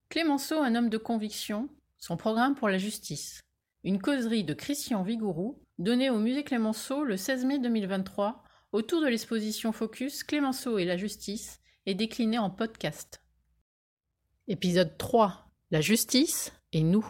Clemenceau, un homme de conviction, son programme pour la justice. Une causerie de Christian Vigourou, donnée au musée Clemenceau le 16 mai 2023, autour de l'exposition Focus Clemenceau et la justice, et déclinée en podcast. Épisode 3. La justice et nous.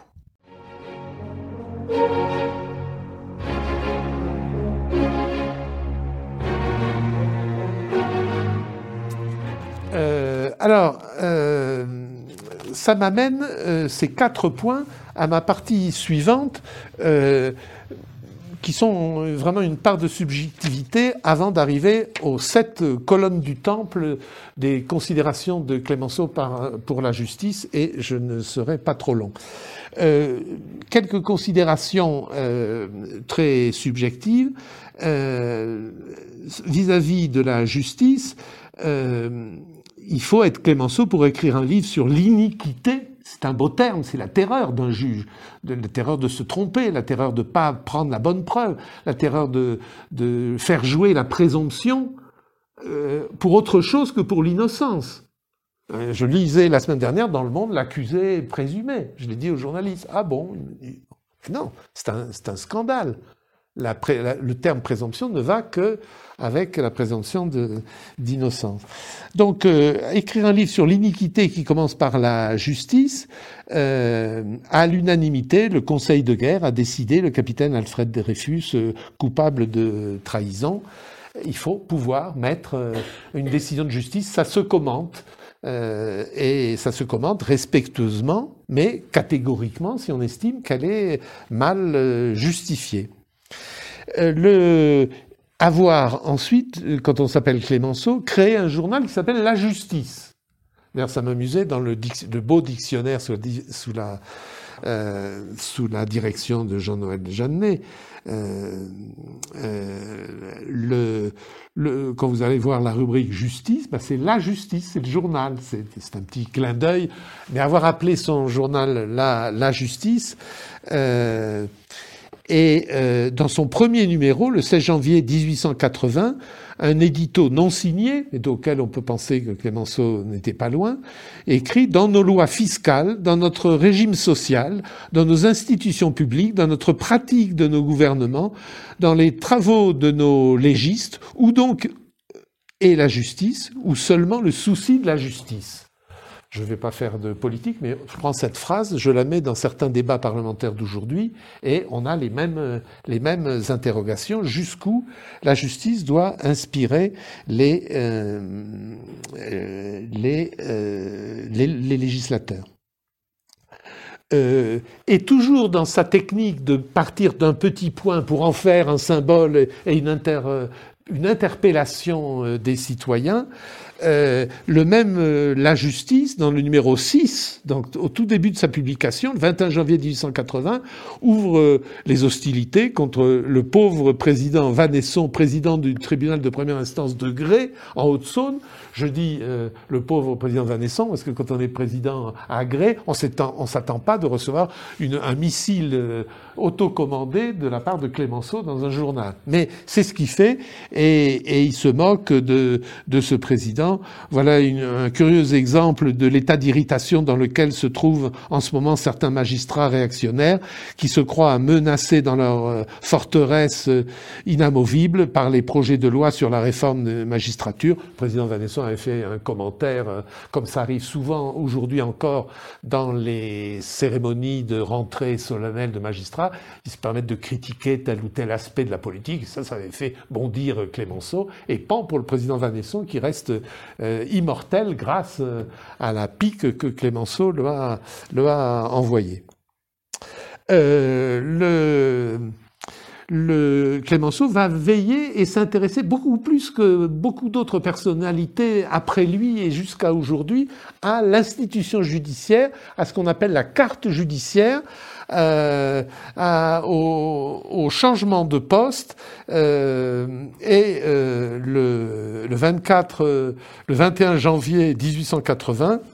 Ça m'amène, ces 4 points, à ma partie suivante, qui sont vraiment une part de subjectivité avant d'arriver aux 7 colonnes du temple des considérations de Clemenceau pour la justice, et je ne serai pas trop long. Quelques considérations très subjectives vis-à-vis de la justice. Il faut être Clemenceau pour écrire un livre sur l'iniquité. C'est un beau terme, c'est la terreur d'un juge, la terreur de se tromper, la terreur de ne pas prendre la bonne preuve, la terreur de faire jouer la présomption pour autre chose que pour l'innocence. Je lisais la semaine dernière dans Le Monde l'accusé présumé. Je l'ai dit aux journalistes. Ah bon? Non, c'est un scandale. Le terme présomption ne va que avec la présomption d'innocence. Donc, écrire un livre sur l'iniquité qui commence par la justice, à l'unanimité, le Conseil de guerre a décidé le capitaine Alfred Dreyfus coupable de trahison. Il faut pouvoir mettre une décision de justice, ça se commente. Et ça se commente respectueusement, mais catégoriquement si on estime qu'elle est mal justifiée. Avoir ensuite, quand on s'appelle Clemenceau, créé un journal qui s'appelle La Justice. D'ailleurs, ça m'amusait dans le beau dictionnaire sous la direction de Jean-Noël Jeannet. Quand vous allez voir la rubrique justice, c'est la justice, c'est le journal, c'est un petit clin d'œil. Mais avoir appelé son journal la justice, dans son premier numéro, le 16 janvier 1880, un édito non signé, et auquel on peut penser que Clemenceau n'était pas loin, écrit « Dans nos lois fiscales, dans notre régime social, dans nos institutions publiques, dans notre pratique de nos gouvernements, dans les travaux de nos légistes, où donc est la justice, ou seulement le souci de la justice ?» Je ne vais pas faire de politique, mais je prends cette phrase, je la mets dans certains débats parlementaires d'aujourd'hui, et on a les mêmes interrogations, jusqu'où la justice doit inspirer les législateurs. Et toujours dans sa technique de partir d'un petit point pour en faire un symbole et une interpellation des citoyens, La Justice, dans le numéro 6, donc au tout début de sa publication, le 21 janvier 1880, ouvre les hostilités contre le pauvre président Vanesson, président du tribunal de première instance de Grès, en Haute-Saône. Je dis le pauvre président Vanesson, parce que quand on est président à Grès, on s'attend pas de recevoir un missile autocommandé de la part de Clemenceau dans un journal. Mais c'est ce qu'il fait, et il se moque de ce président. Voilà un curieux exemple de l'état d'irritation dans lequel se trouvent en ce moment certains magistrats réactionnaires qui se croient menacés dans leur forteresse inamovible par les projets de loi sur la réforme de magistrature. Le président Vanesson avait fait un commentaire, comme ça arrive souvent aujourd'hui encore dans les cérémonies de rentrée solennelle de magistrats. Ils se permettent de critiquer tel ou tel aspect de la politique. Ça avait fait bondir Clemenceau. Et pan pour le président Vanesson qui reste immortel grâce à la pique que Clemenceau lui a envoyée. Clemenceau va veiller et s'intéresser beaucoup plus que beaucoup d'autres personnalités après lui et jusqu'à aujourd'hui à l'institution judiciaire, à ce qu'on appelle la carte judiciaire, au changement de poste, et le 21 janvier 1880,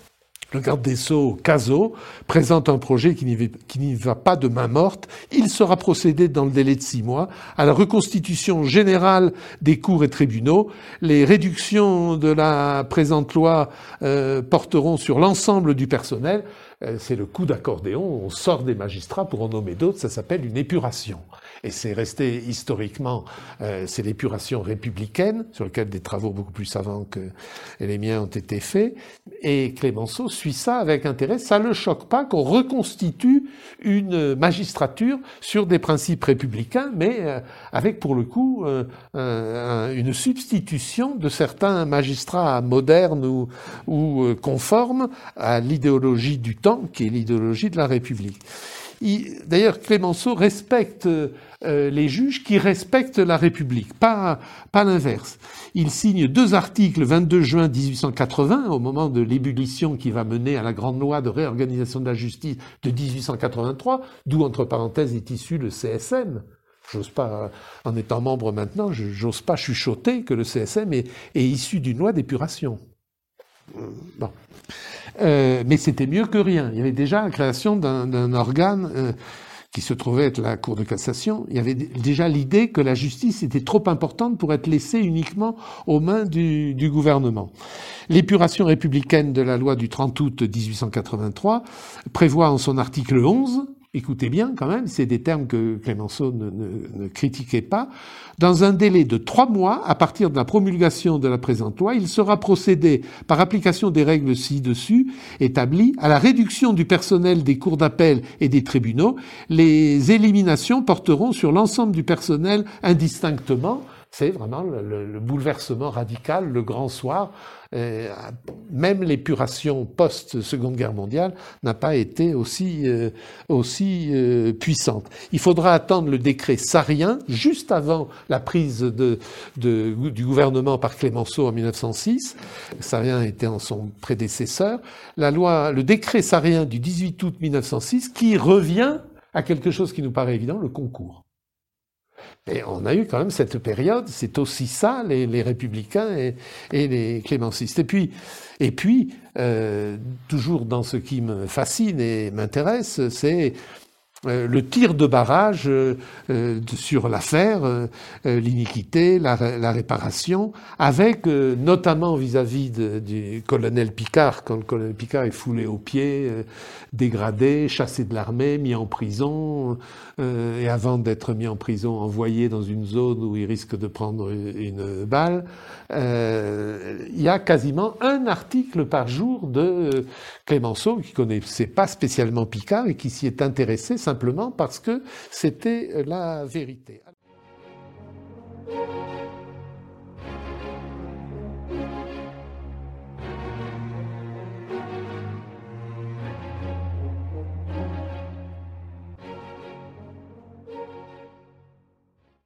le garde des Sceaux, Cazaux, présente un projet qui n'y va pas de main morte. Il sera procédé dans le délai de 6 mois à la reconstitution générale des cours et tribunaux. Les réductions de la présente loi porteront sur l'ensemble du personnel. C'est le coup d'accordéon, on sort des magistrats pour en nommer d'autres, ça s'appelle une épuration. Et c'est resté historiquement, c'est l'épuration républicaine, sur laquelle des travaux beaucoup plus savants que les miens ont été faits. Et Clémenceau suit ça avec intérêt. Ça ne le choque pas qu'on reconstitue une magistrature sur des principes républicains, mais avec pour le coup une substitution de certains magistrats modernes ou conformes à l'idéologie du temps, qui est l'idéologie de la République. D'ailleurs, Clémenceau respecte les juges qui respectent la République, pas l'inverse. Il signe 2 articles le 22 juin 1880, au moment de l'ébullition qui va mener à la grande loi de réorganisation de la justice de 1883, d'où, entre parenthèses, est issu le CSM. J'ose pas, en étant membre maintenant, j'ose pas chuchoter que le CSM est issu d'une loi d'épuration. Bon. Mais c'était mieux que rien. Il y avait déjà la création d'un organe qui se trouvait être la Cour de cassation. Il y avait déjà l'idée que la justice était trop importante pour être laissée uniquement aux mains du gouvernement. L'épuration républicaine de la loi du 30 août 1883 prévoit en son article 11, écoutez bien quand même, c'est des termes que Clémenceau ne critiquait pas, dans un délai de 3 mois, à partir de la promulgation de la présente loi, il sera procédé, par application des règles ci-dessus établies, à la réduction du personnel des cours d'appel et des tribunaux. Les éliminations porteront sur l'ensemble du personnel indistinctement. C'est vraiment le bouleversement radical, le grand soir. Même l'épuration post-Seconde Guerre mondiale n'a pas été aussi puissante. Il faudra attendre le décret Sarrien, juste avant la prise du gouvernement par Clémenceau en 1906. Sarrien était en son prédécesseur. Le décret Sarrien du 18 août 1906 qui revient à quelque chose qui nous paraît évident, le concours. Et on a eu quand même cette période, c'est aussi ça, les républicains et les clémencistes. Et puis, toujours dans ce qui me fascine et m'intéresse, c'est le tir de barrage sur l'affaire, l'iniquité, la réparation, avec notamment vis-à-vis du colonel Picard, quand le colonel Picard est foulé aux pieds, dégradé, chassé de l'armée, mis en prison, et avant d'être mis en prison, envoyé dans une zone où il risque de prendre une balle. Il y a quasiment un article par jour de Clémenceau qui connaissait pas spécialement Picard et qui s'y est intéressé simplement parce que c'était la vérité.